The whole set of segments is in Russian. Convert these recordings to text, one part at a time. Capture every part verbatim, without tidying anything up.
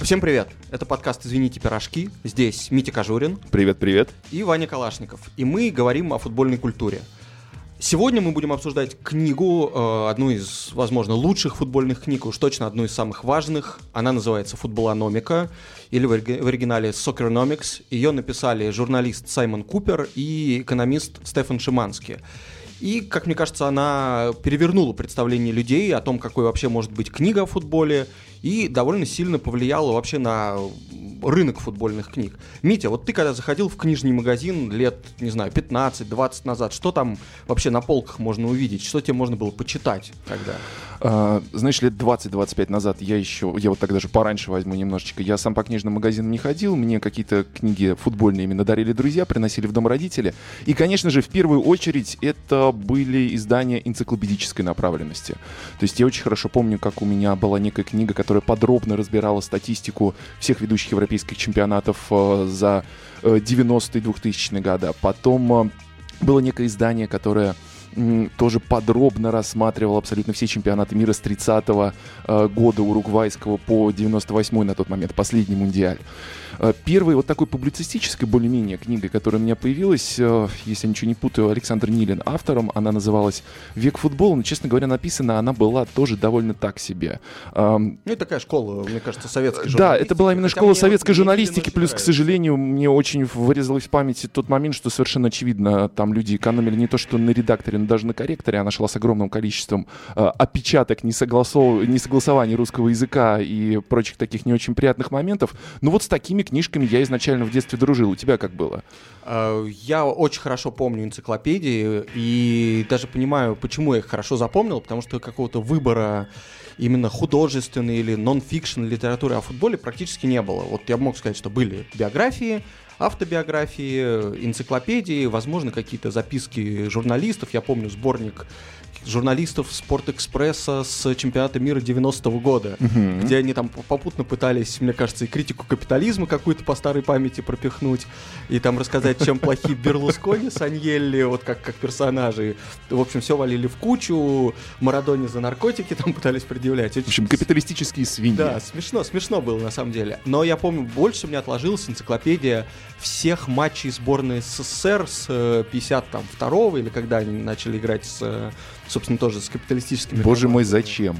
Всем привет! Это подкаст «Извините, пирожки». Здесь Митя Кожурин. Привет-привет. И Ваня Калашников. И мы говорим о футбольной культуре. Сегодня мы будем обсуждать книгу, э, одну из, возможно, лучших футбольных книг, уж точно одну из самых важных. Она называется «Футболономика», или в, ори- в оригинале «Soccernomics». Ее написали журналист Саймон Купер и экономист Стефан Шимански. И, как мне кажется, она перевернула представление людей о том, какой вообще может быть книга о футболе, и довольно сильно повлияла вообще на рынок футбольных книг. Митя, вот ты когда заходил в книжный магазин лет, не знаю, пятнадцать-двадцать назад, что там вообще на полках можно увидеть? Что тебе можно было почитать тогда? А, знаешь, лет двадцать-двадцать пять назад я еще, я вот так даже пораньше возьму немножечко, я сам по книжным магазинам не ходил, мне какие-то книги футбольные именно дарили друзья, приносили в дом родители. И, конечно же, в первую очередь это были издания энциклопедической направленности. То есть я очень хорошо помню, как у меня была некая книга, которая подробно разбирала статистику всех ведущих европейских чемпионатов э, за э, девяностые и двухтысячные годы. Потом э, было некое издание, которое м, тоже подробно рассматривало абсолютно все чемпионаты мира с тридцатого э, года уругвайского по девяносто восьмой на тот момент, последний мундиаль. Первой вот такой публицистической более-менее книгой, которая у меня появилась, если я ничего не путаю, Александр Нилин автором, она называлась «Век футбола», но, честно говоря, написана она была тоже довольно так себе. Ну, и такая школа, мне кажется, советской журналистики. Да, это была именно Хотя школа советской вот журналистики, плюс, нравится. к сожалению, мне очень вырезалось в памяти тот момент, что совершенно очевидно, там люди экономили не то что на редакторе, но даже на корректоре, она шла с огромным количеством э, опечаток, несогласов... несогласований русского языка и прочих таких не очень приятных моментов. Но вот с такими книжками я изначально в детстве дружил. У тебя как было? Я очень хорошо помню энциклопедии и даже понимаю, почему я их хорошо запомнил, потому что какого-то выбора именно художественной или нон-фикшн литературы о футболе практически не было. Вот я мог сказать, что были биографии, автобиографии, энциклопедии, возможно, какие-то записки журналистов. Я помню сборник журналистов Спортэкспресса с чемпионата мира девяностого года, uh-huh. где они там попутно пытались, мне кажется, и критику капитализма какую-то по старой памяти пропихнуть, и там рассказать, чем плохи Берлускони с Аньелли, вот как, как персонажи. В общем, все валили в кучу, Марадоне за наркотики там пытались предъявлять. В общем, капиталистические свиньи. Да, смешно, смешно было на самом деле. Но я помню, больше у меня отложилась энциклопедия всех матчей сборной СССР с пятьдесят второго, или когда они начали играть с, собственно, тоже с капиталистическими... Боже мой, зачем?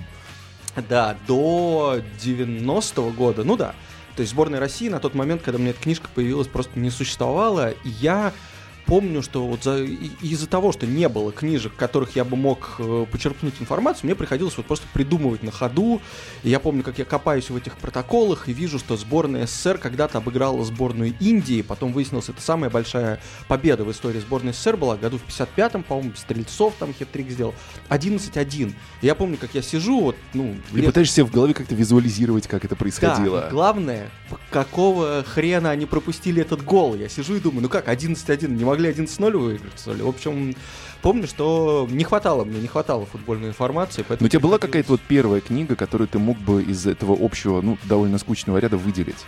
Да, до девяностого года, ну да. То есть сборная России на тот момент, когда у меня эта книжка появилась, просто не существовала. И я помню, что вот за, и, из-за того, что не было книжек, в которых я бы мог э, почерпнуть информацию, мне приходилось вот просто придумывать на ходу. И я помню, как я копаюсь в этих протоколах и вижу, что сборная СССР когда-то обыграла сборную Индии. Потом выяснилось, это самая большая победа в истории сборной СССР была. Году в пятьдесят пятом, по-моему, Стрельцов там хет-трик сделал. одиннадцать один. И я помню, как я сижу, вот, ну... И лет... пытаешься себе в голове как-то визуализировать, как это происходило. Да, главное, какого хрена они пропустили этот гол. Я сижу и думаю, ну как, одиннадцать один, не могли одиннадцать ноль выиграть, что ли? В общем, помню, что не хватало мне, не хватало футбольной информации. Но у тебя была какая-то вот первая книга, которую ты мог бы из этого общего, ну, довольно скучного ряда выделить?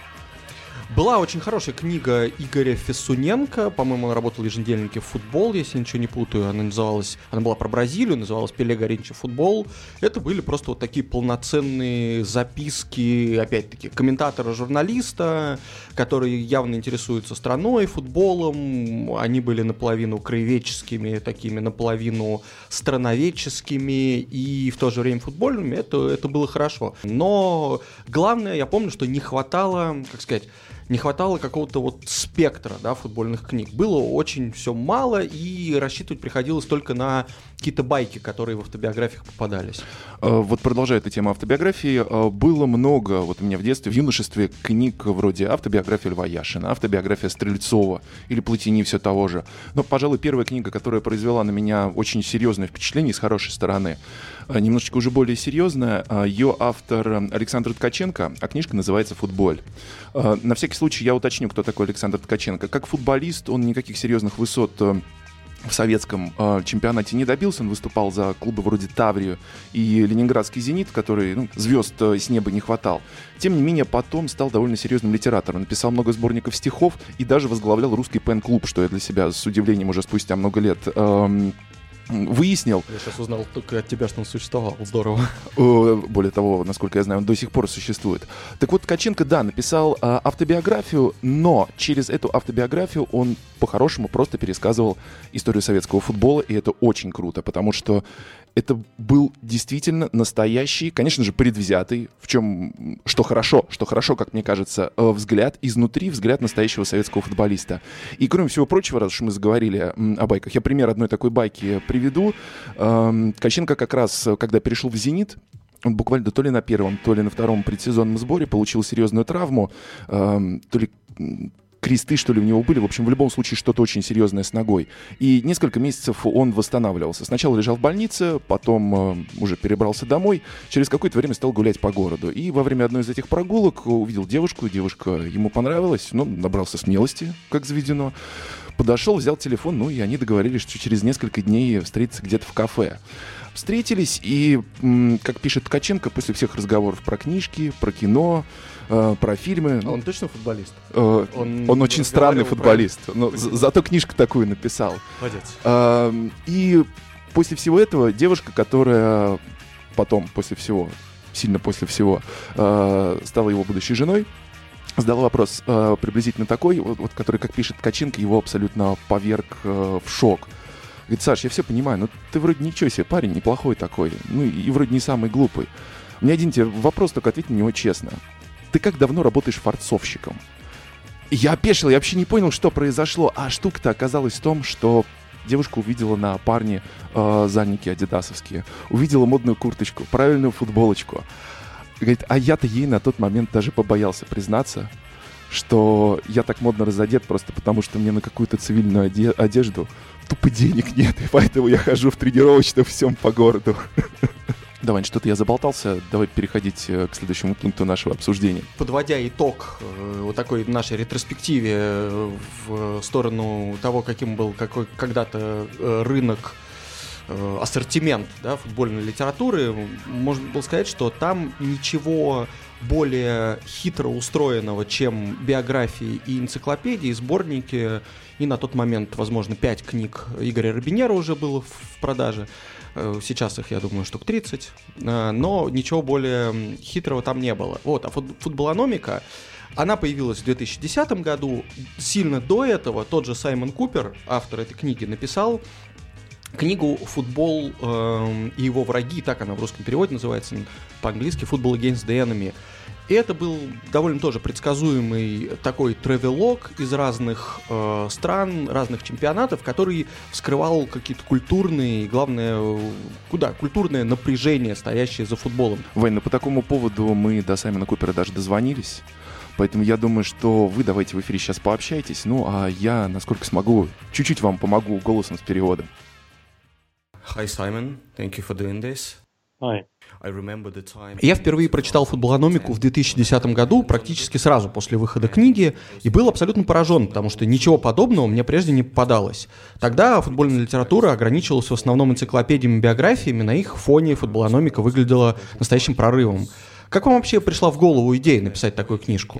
Была очень хорошая книга Игоря Фессуненко, по-моему, он работал в еженедельнике «Футбол», если ничего не путаю, она называлась, она была про Бразилию, называлась «Пеле Гаринча футбол». Это были просто вот такие полноценные записки, опять-таки, комментатора-журналиста, который явно интересуется страной, футболом, они были наполовину краеведческими, такими наполовину страноведческими и в то же время футбольными, это, это было хорошо. Но главное, я помню, что не хватало, как сказать, не хватало какого-то вот спектра, да, футбольных книг. Было очень все мало, и рассчитывать приходилось только на какие-то байки, которые в автобиографиях попадались. Вот продолжая эту тему автобиографии, было много вот у меня в детстве, в юношестве книг вроде автобиография Льва Яшина, автобиография Стрельцова или Платини все того же. Но, пожалуй, первая книга, которая произвела на меня очень серьезное впечатление с хорошей стороны, немножечко уже более серьезная, ее автор Александр Ткаченко, а книжка называется «Футболь». На всякий случай я уточню, кто такой Александр Ткаченко. Как футболист он никаких серьезных высот в советском э, чемпионате не добился. Он выступал за клубы вроде Таврию и Ленинградский «Зенит», который, ну, звезд э, с неба не хватал. Тем не менее, потом стал довольно серьезным литератором. Написал много сборников стихов и даже возглавлял русский пен-клуб, что я для себя с удивлением уже спустя много лет э, выяснил... Я сейчас узнал только от тебя, что он существовал. Здорово. Более того, насколько я знаю, он до сих пор существует. Так вот, Ткаченко, да, написал а, автобиографию, но через эту автобиографию он по-хорошему просто пересказывал историю советского футбола, и это очень круто, потому что это был действительно настоящий, конечно же, предвзятый, в чем, что хорошо, что хорошо, как мне кажется, взгляд изнутри, взгляд настоящего советского футболиста. И, кроме всего прочего, раз уж мы заговорили о байках, я пример одной такой байки приведу. Ткаченко как раз, когда перешел в «Зенит», он буквально то ли на первом, то ли на втором предсезонном сборе получил серьезную травму, то ли кресты, что ли, у него были. В общем, в любом случае, что-то очень серьезное с ногой. И несколько месяцев он восстанавливался. Сначала лежал в больнице, потом э, уже перебрался домой. Через какое-то время стал гулять по городу. И во время одной из этих прогулок увидел девушку. Девушка ему понравилась. Ну, набрался смелости, как заведено. Подошел, взял телефон, ну, и они договорились, что через несколько дней встретиться где-то в кафе. Встретились, и, м, как пишет Ткаченко, после всех разговоров про книжки, про кино, э, про фильмы... А он точно футболист? Э, он, он очень странный футболист, про... но за, зато книжку такую написал. Молодец. Э, и после всего этого девушка, которая потом, после всего, сильно после всего, э, стала его будущей женой, задала вопрос э, приблизительно такой, вот, вот, который, как пишет Ткаченко, его абсолютно поверг э, в шок. Говорит: Саш, я все понимаю, но ты вроде ничего себе, парень неплохой такой, ну и вроде не самый глупый. У меня один тебе вопрос, только ответь на него честно. Ты как давно работаешь форцовщиком? И я опешил, я вообще не понял, что произошло. А штука-то оказалась в том, что девушка увидела на парне э, задники адидасовские, увидела модную курточку, правильную футболочку. Говорит, а я-то ей на тот момент даже побоялся признаться, что я так модно разодет просто потому, что мне на какую-то цивильную оде- одежду тупо денег нет, и поэтому я хожу в тренировочном всем по городу. Давай, что-то я заболтался, давай переходить к следующему пункту нашего обсуждения. Подводя итог э, вот такой нашей ретроспективе э, в сторону того, каким был какой, когда-то э, рынок, э, ассортимент, да, футбольной литературы, можно было сказать, что там ничего более хитро устроенного, чем биографии и энциклопедии, сборники, и на тот момент, возможно, пять книг Игоря Робинера уже было в продаже. Сейчас их, я думаю, штук тридцать, но ничего более хитрого там не было. Вот, а футболономика, она появилась в две тысячи десятом году. Сильно до этого тот же Саймон Купер, автор этой книги, написал книгу «Футбол э, и его враги», так она в русском переводе называется, по-английски «Football Against the Enemy». И это был довольно тоже предсказуемый такой тревелог из разных э, стран, разных чемпионатов, который вскрывал какие-то культурные, главное, куда, культурное напряжение, стоящее за футболом. Вань, ну по такому поводу мы до Саймона Купера даже дозвонились. Поэтому я думаю, что вы давайте в эфире сейчас пообщайтесь. Ну, а я, насколько смогу, чуть-чуть вам помогу голосом с переводом. Hi, Simon. Thank you for doing this. Hi. Я впервые прочитал футболономику в две тысячи десятом году, практически сразу после выхода книги, и был абсолютно поражен, потому что ничего подобного мне прежде не попадалось. Тогда футбольная литература ограничивалась в основном энциклопедиями и биографиями, на их фоне футболономика выглядела настоящим прорывом. Как вам вообще пришла в голову идея написать такую книжку?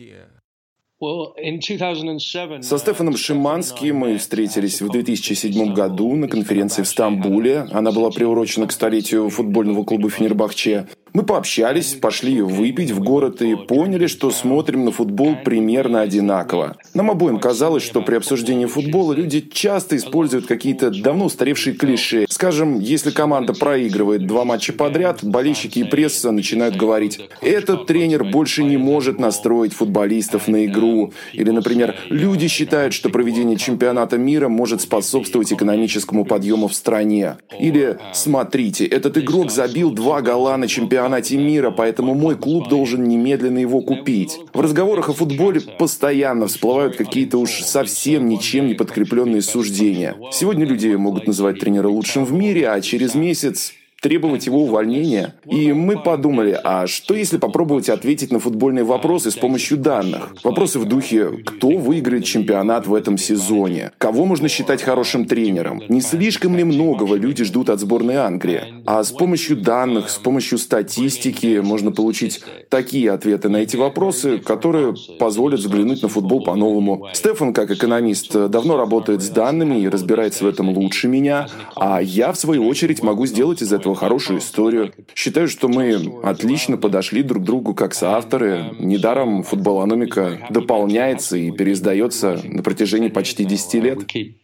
Со Стефаном Шиманским мы встретились в две тысячи седьмом году на конференции в Стамбуле. Она была приурочена к столетию футбольного клуба «Фенербахче». Мы пообщались, пошли выпить в город и поняли, что смотрим на футбол примерно одинаково. Нам обоим казалось, что при обсуждении футбола люди часто используют какие-то давно устаревшие клише. Скажем, если команда проигрывает два матча подряд, болельщики и пресса начинают говорить: «Этот тренер больше не может настроить футболистов на игру». Или, например, люди считают, что проведение чемпионата мира может способствовать экономическому подъему в стране. Или, смотрите, этот игрок забил два гола на чемпионате мира, поэтому мой клуб должен немедленно его купить. В разговорах о футболе постоянно всплывают какие-то уж совсем ничем не подкрепленные суждения. Сегодня люди могут называть тренера лучшим в мире, а через месяц требовать его увольнения. И мы подумали, а что если попробовать ответить на футбольные вопросы с помощью данных? Вопросы в духе, кто выиграет чемпионат в этом сезоне? Кого можно считать хорошим тренером? Не слишком ли многого люди ждут от сборной Англии? А с помощью данных, с помощью статистики можно получить такие ответы на эти вопросы, которые позволят взглянуть на футбол по-новому. Стефан, как экономист, давно работает с данными и разбирается в этом лучше меня, а я, в свою очередь, могу сделать из этого хорошую историю. Считаю, что мы отлично подошли друг к другу как соавторы. Недаром футболономика дополняется и переиздается на протяжении почти десяти лет.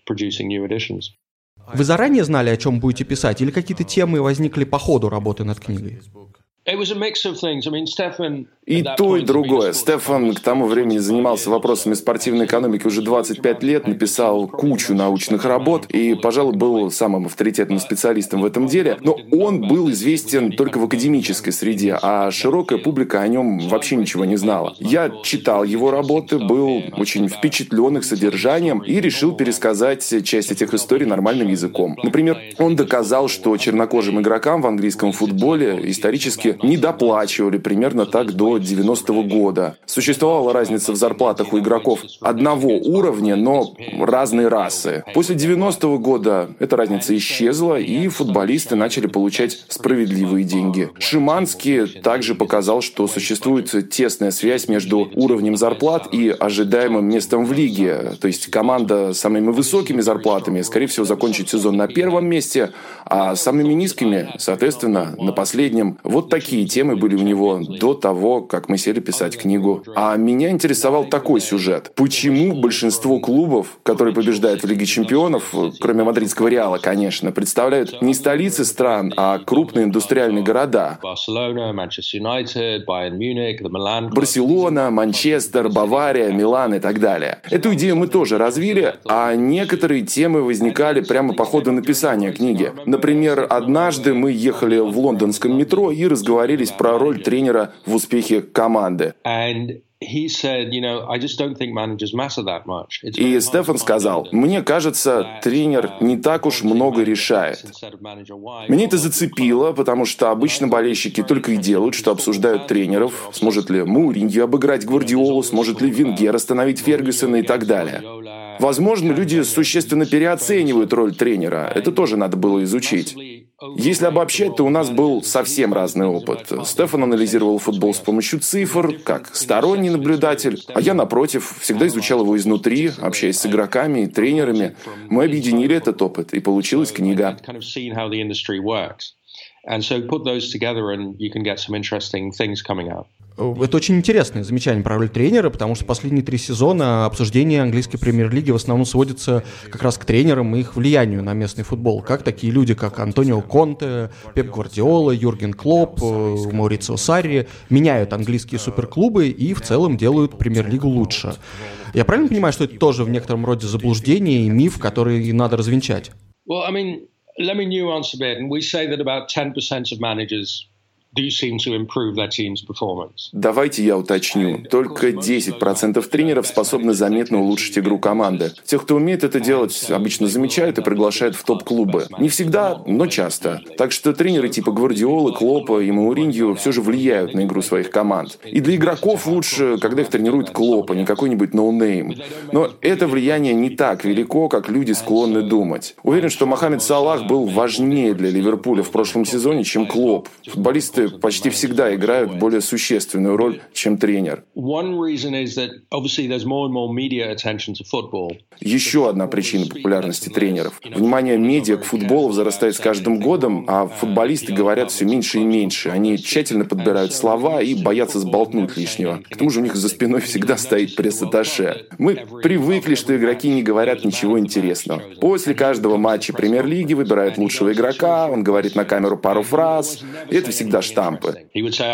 Вы заранее знали, о чем будете писать, или какие-то темы возникли по ходу работы над книгой? И то, и другое. Стефан к тому времени занимался вопросами спортивной экономики уже двадцать пять лет, написал кучу научных работ и, пожалуй, был самым авторитетным специалистом в этом деле. Но он был известен только в академической среде, а широкая публика о нем вообще ничего не знала. Я читал его работы, был очень впечатлен их содержанием и решил пересказать часть этих историй нормальным языком. Например, он доказал, что чернокожим игрокам в английском футболе исторически недоплачивали примерно так до девяностого года. Существовала разница в зарплатах у игроков одного уровня, но разной расы. После девяностого года эта разница исчезла, и футболисты начали получать справедливые деньги. Шиманский также показал, что существует тесная связь между уровнем зарплат и ожидаемым местом в лиге. То есть команда с самыми высокими зарплатами, скорее всего, закончит сезон на первом месте, а самыми низкими, соответственно, на последнем. Вот такие темы были у него до того, как мы сели писать книгу. А меня интересовал такой сюжет. Почему большинство клубов, которые побеждают в Лиге чемпионов, кроме мадридского Реала, конечно, представляют не столицы стран, а крупные индустриальные города? Барселона, Манчестер, Бавария, Милан и так далее. Эту идею мы тоже развили, а некоторые темы возникали прямо по ходу написания книги. Например, однажды мы ехали в лондонском метро и разговорились про роль тренера в успехе команды. И Стефан сказал, мне кажется, тренер не так уж много решает. Меня это зацепило, потому что обычно болельщики только и делают, что обсуждают тренеров. Сможет ли Мourinho обыграть Гвардиолу, сможет ли Венгер остановить Фергюсона и так далее. Возможно, люди существенно переоценивают роль тренера. Это тоже надо было изучить. Если обобщать, то у нас был совсем разный опыт. Стефан анализировал футбол с помощью цифр, как сторонний наблюдатель, а я, напротив, всегда изучал его изнутри, общаясь с игроками и тренерами. Мы объединили этот опыт, и получилась книга. Это очень интересное замечание про роль тренера, потому что последние три сезона обсуждения английской премьер-лиги в основном сводятся как раз к тренерам и их влиянию на местный футбол. Как такие люди, как Антонио Конте, Пеп Гвардиола, Юрген Клопп, Маурицио Сарри меняют английские суперклубы и в целом делают премьер-лигу лучше. Я правильно понимаю, что это тоже в некотором роде заблуждение и миф, который надо развенчать? Well, I mean, let me nuance a bit, and we say that about ten percent of managers do seem to improve their team's performance. Давайте я уточню. Только десять процентов тренеров способны заметно улучшить игру команды. Тех, кто умеет это делать, обычно замечают и приглашают в топ-клубы. Не всегда, но часто. Так что тренеры типа Гвардиолы, Клоппа и Мауриньо все же влияют на игру своих команд. И для игроков лучше, когда их тренирует Клопп, а не какой-нибудь ноунейм. Но это влияние не так велико, как люди склонны думать. Уверен, что Мохаммед Салах был важнее для Ливерпуля в прошлом сезоне, чем Клопп. Футболисты почти всегда играют более существенную роль, чем тренер. Еще одна причина популярности тренеров. Внимание медиа к футболу возрастает с каждым годом, а футболисты говорят все меньше и меньше. Они тщательно подбирают слова и боятся сболтнуть лишнего. К тому же у них за спиной всегда стоит пресс-атташе. Мы привыкли, что игроки не говорят ничего интересного. После каждого матча премьер-лиги выбирают лучшего игрока, он говорит на камеру пару фраз, и это всегда штампы.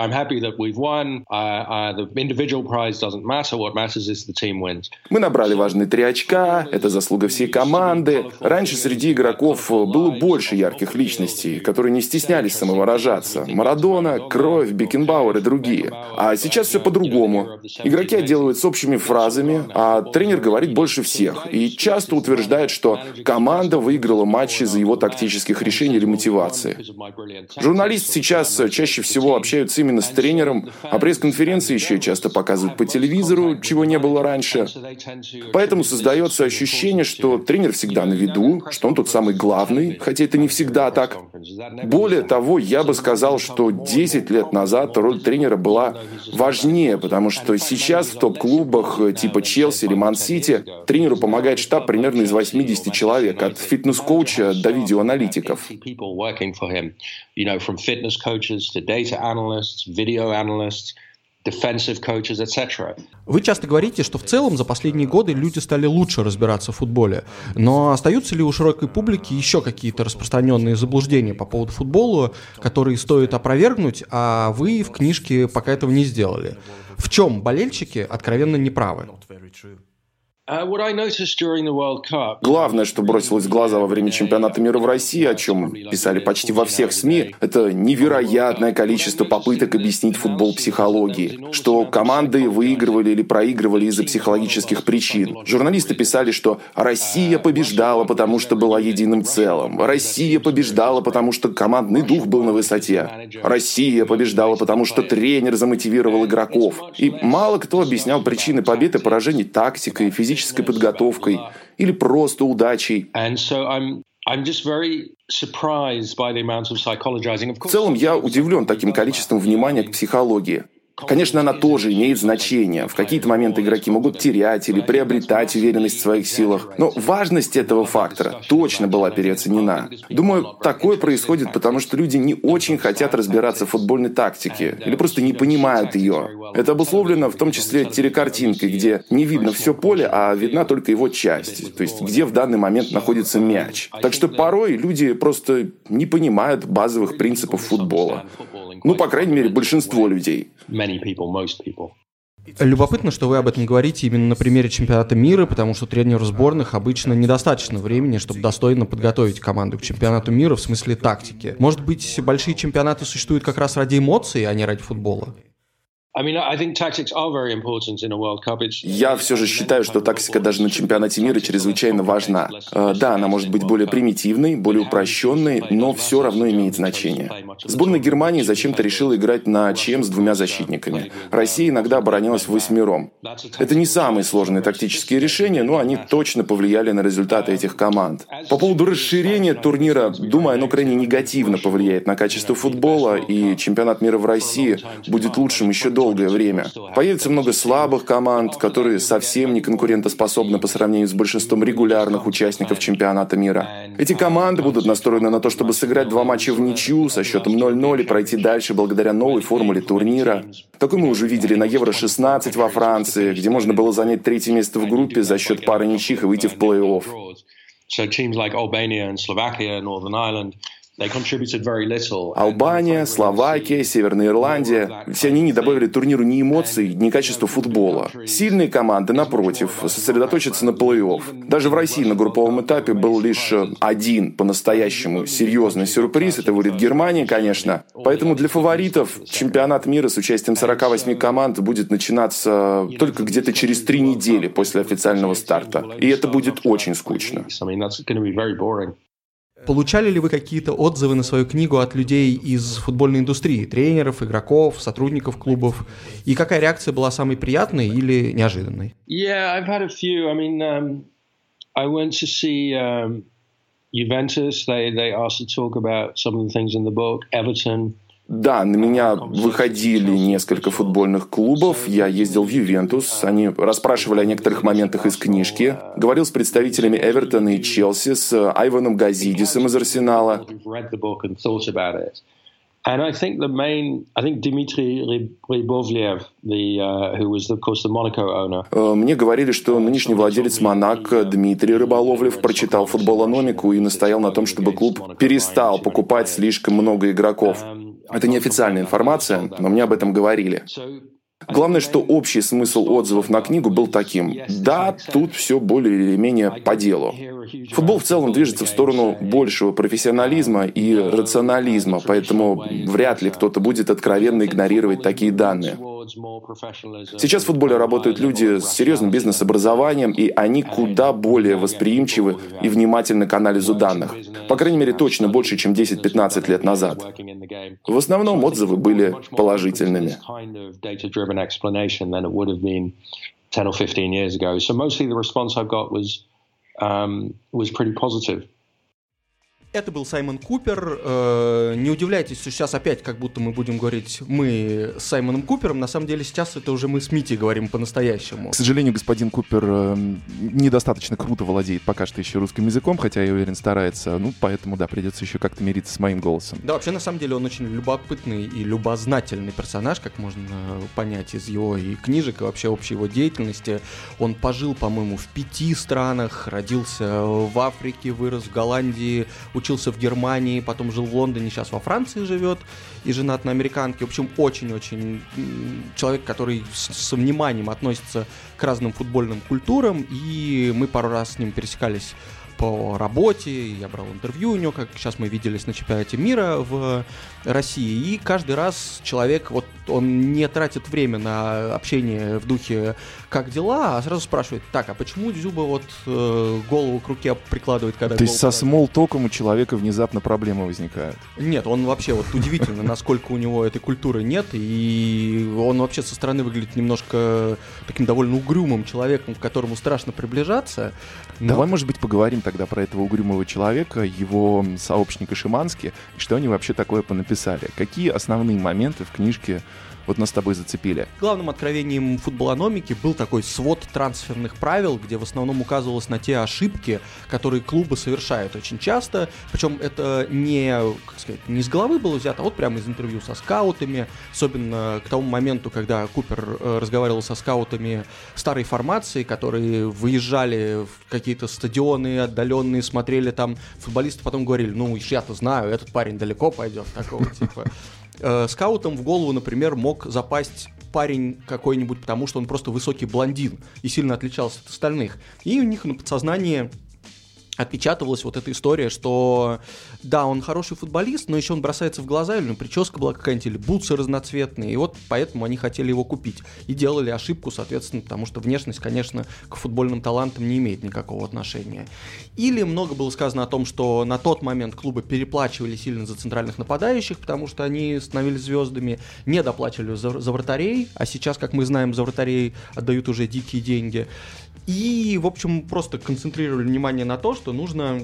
Мы набрали важные три очка, это заслуга всей команды. Раньше среди игроков было больше ярких личностей, которые не стеснялись самовыражаться. Марадона, Кройф, Бекенбауэр и другие. А сейчас все по-другому. Игроки отделываются общими фразами, а тренер говорит больше всех. И часто утверждает, что команда выиграла матчи из-за его тактических решений или мотивации. Журналисты сейчас чаще всего общаются именно с тренером, а пресс-конференции еще часто показывают по телевизору, чего не было раньше. Поэтому создается ощущение, что тренер всегда на виду, что он тот самый главный, хотя это не всегда так. Более того, я бы сказал, что десять лет назад роль тренера была важнее, потому что сейчас в топ-клубах типа Челси или Ман-Сити тренеру помогает штаб примерно из восьмидесяти человек, от фитнес-коуча до видеоаналитиков. Вы часто говорите, что в целом за последние годы люди стали лучше разбираться в футболе. Но остаются ли у широкой публики еще какие-то распространенные заблуждения по поводу футбола, которые стоит опровергнуть, а вы в книжке пока этого не сделали? В чем болельщики откровенно неправы? Главное, что бросилось в глаза во время чемпионата мира в России, о чем писали почти во всех СМИ, это невероятное количество попыток объяснить футбол психологии, что команды выигрывали или проигрывали из-за психологических причин. Журналисты писали, что Россия побеждала, потому что была единым целым. Россия побеждала, потому что командный дух был на высоте. Россия побеждала, потому что тренер замотивировал игроков. И мало кто объяснял причины побед и поражений тактикой, физической подготовкой или просто удачей. В целом, я удивлен таким количеством внимания к психологии. Конечно, она тоже имеет значение. В какие-то моменты игроки могут терять или приобретать уверенность в своих силах. Но важность этого фактора точно была переоценена. Думаю, такое происходит, потому что люди не очень хотят разбираться в футбольной тактике или просто не понимают ее. Это обусловлено в том числе телекартинкой, где не видно все поле, а видна только его часть, то есть где в данный момент находится мяч. Так что порой люди просто не понимают базовых принципов футбола. Ну, по крайней мере, большинство людей. Любопытно, что вы об этом говорите именно на примере чемпионата мира, потому что тренеру сборных обычно недостаточно времени, чтобы достойно подготовить команду к чемпионату мира в смысле тактики. Может быть, большие чемпионаты существуют как раз ради эмоций, а не ради футбола? Я все же считаю, что тактика даже на чемпионате мира чрезвычайно важна. Да, она может быть более примитивной, более упрощенной, но все равно имеет значение. Сборная Германии зачем-то решила играть на ЧМ с двумя защитниками. Россия иногда оборонялась восьмером. Это не самые сложные тактические решения, но они точно повлияли на результаты этих команд. По поводу расширения турнира, думаю, оно крайне негативно повлияет на качество футбола, и чемпионат мира в России будет лучшим еще долго. долгое время. Появится много слабых команд, которые совсем не конкурентоспособны по сравнению с большинством регулярных участников чемпионата мира. Эти команды будут настроены на то, чтобы сыграть два матча в ничью со счетом ноль ноль и пройти дальше благодаря новой формуле турнира. Такой мы уже видели на Евро шестнадцать во Франции, где можно было занять третье место в группе за счет пары ничьих и выйти в плей-офф. Албания, Словакия, Северная Ирландия – все они не добавили турниру ни эмоций, ни качества футбола. Сильные команды, напротив, сосредоточатся на плей-офф. Даже в России на групповом этапе был лишь один по-настоящему серьезный сюрприз. Это будет Германия, конечно. Поэтому для фаворитов чемпионат мира с участием сорока восьми команд будет начинаться только где-то через три недели после официального старта. И это будет очень скучно. Получали ли вы какие-то отзывы на свою книгу от людей из футбольной индустрии, тренеров, игроков, сотрудников клубов? И какая реакция была самой приятной или неожиданной? Yeah, I've had a few. I mean, um, I went to see um, Juventus. They they asked to talk about some of the things in the book. Everton. Да, на меня выходили несколько футбольных клубов, я ездил в Ювентус, они расспрашивали о некоторых моментах из книжки, говорил с представителями Эвертона и Челси, с Айваном Газидисом из Арсенала. And I think the main, I think Dmitry Rybovlev, the, uh, who was, of course, the Monaco owner. Мне говорили, что нынешний владелец Монако Дмитрий Рыболовлев прочитал футболономику и настоял на том, чтобы клуб перестал покупать слишком много игроков. Это неофициальная информация, но мне об этом говорили. Главное, что общий смысл отзывов на книгу был таким: да, тут все более или менее по делу. Футбол в целом движется в сторону большего профессионализма и рационализма, поэтому вряд ли кто-то будет откровенно игнорировать такие данные. Сейчас в футболе работают люди с серьезным бизнес-образованием, и они куда более восприимчивы и внимательны к анализу данных. По крайней мере, точно больше, чем десять-пятнадцать лет назад. В основном отзывы были положительными. Explanation than it would have been ten or fifteen years ago. So mostly the response I've got was um, was pretty positive. Это был Саймон Купер. Э, не удивляйтесь, что сейчас опять как будто мы будем говорить мы с Саймоном Купером. На самом деле сейчас это уже мы с Митей говорим по-настоящему. К сожалению, господин Купер э, недостаточно круто владеет пока что еще русским языком, хотя, я уверен, старается. Ну, поэтому, да, придется еще как-то мириться с моим голосом. Да, вообще, на самом деле, он очень любопытный и любознательный персонаж, как можно понять из его и книжек, и вообще общей его деятельности. Он пожил, по-моему, в пяти странах, родился в Африке, вырос в Голландии, учился в Германии, потом жил в Лондоне, сейчас во Франции живет и женат на американке. В общем, очень-очень человек, который с, со вниманием относится к разным футбольным культурам, и мы пару раз с ним пересекались по работе, я брал интервью у него, как сейчас мы виделись на чемпионате мира в России, и каждый раз человек, вот он не тратит время на общение в духе «как дела?», а сразу спрашивает: так, а почему Дзюба вот э, голову к руке прикладывает, когда... То есть со смолтоком у человека внезапно проблемы возникают? Нет, он вообще вот удивительно, насколько у него этой культуры нет, и он вообще со стороны выглядит немножко таким довольно угрюмым человеком, к которому страшно приближаться. Но... Давай, может быть, поговорим тогда про этого угрюмого человека, его сообщника Шимански, и что они вообще такое понаписали. Какие основные моменты в книжке вот нас с тобой зацепили? Главным откровением футболономики был такой свод трансферных правил, где в основном указывалось на те ошибки, которые клубы совершают очень часто. Причем это не, как сказать, не из головы было взято, а вот прямо из интервью со скаутами. Особенно к тому моменту, когда Купер э, разговаривал со скаутами старой формации, которые выезжали в какие-то стадионы отдаленные, смотрели там футболисты, потом говорили: ну, я-то знаю, этот парень далеко пойдет, такого типа. Скаутам в голову, например, мог запасть парень какой-нибудь, потому что он просто высокий блондин и сильно отличался от остальных. И у них на подсознании отпечатывалась вот эта история, что да, он хороший футболист, но еще он бросается в глаза, или у него прическа была какая-нибудь, или бутсы разноцветные, и вот поэтому они хотели его купить. И делали ошибку, соответственно, потому что внешность, конечно, к футбольным талантам не имеет никакого отношения. Или много было сказано о том, что на тот момент клубы переплачивали сильно за центральных нападающих, потому что они становились звездами, не доплачивали за, за вратарей, а сейчас, как мы знаем, за вратарей отдают уже дикие деньги. И, в общем, просто концентрировали внимание на то, что нужно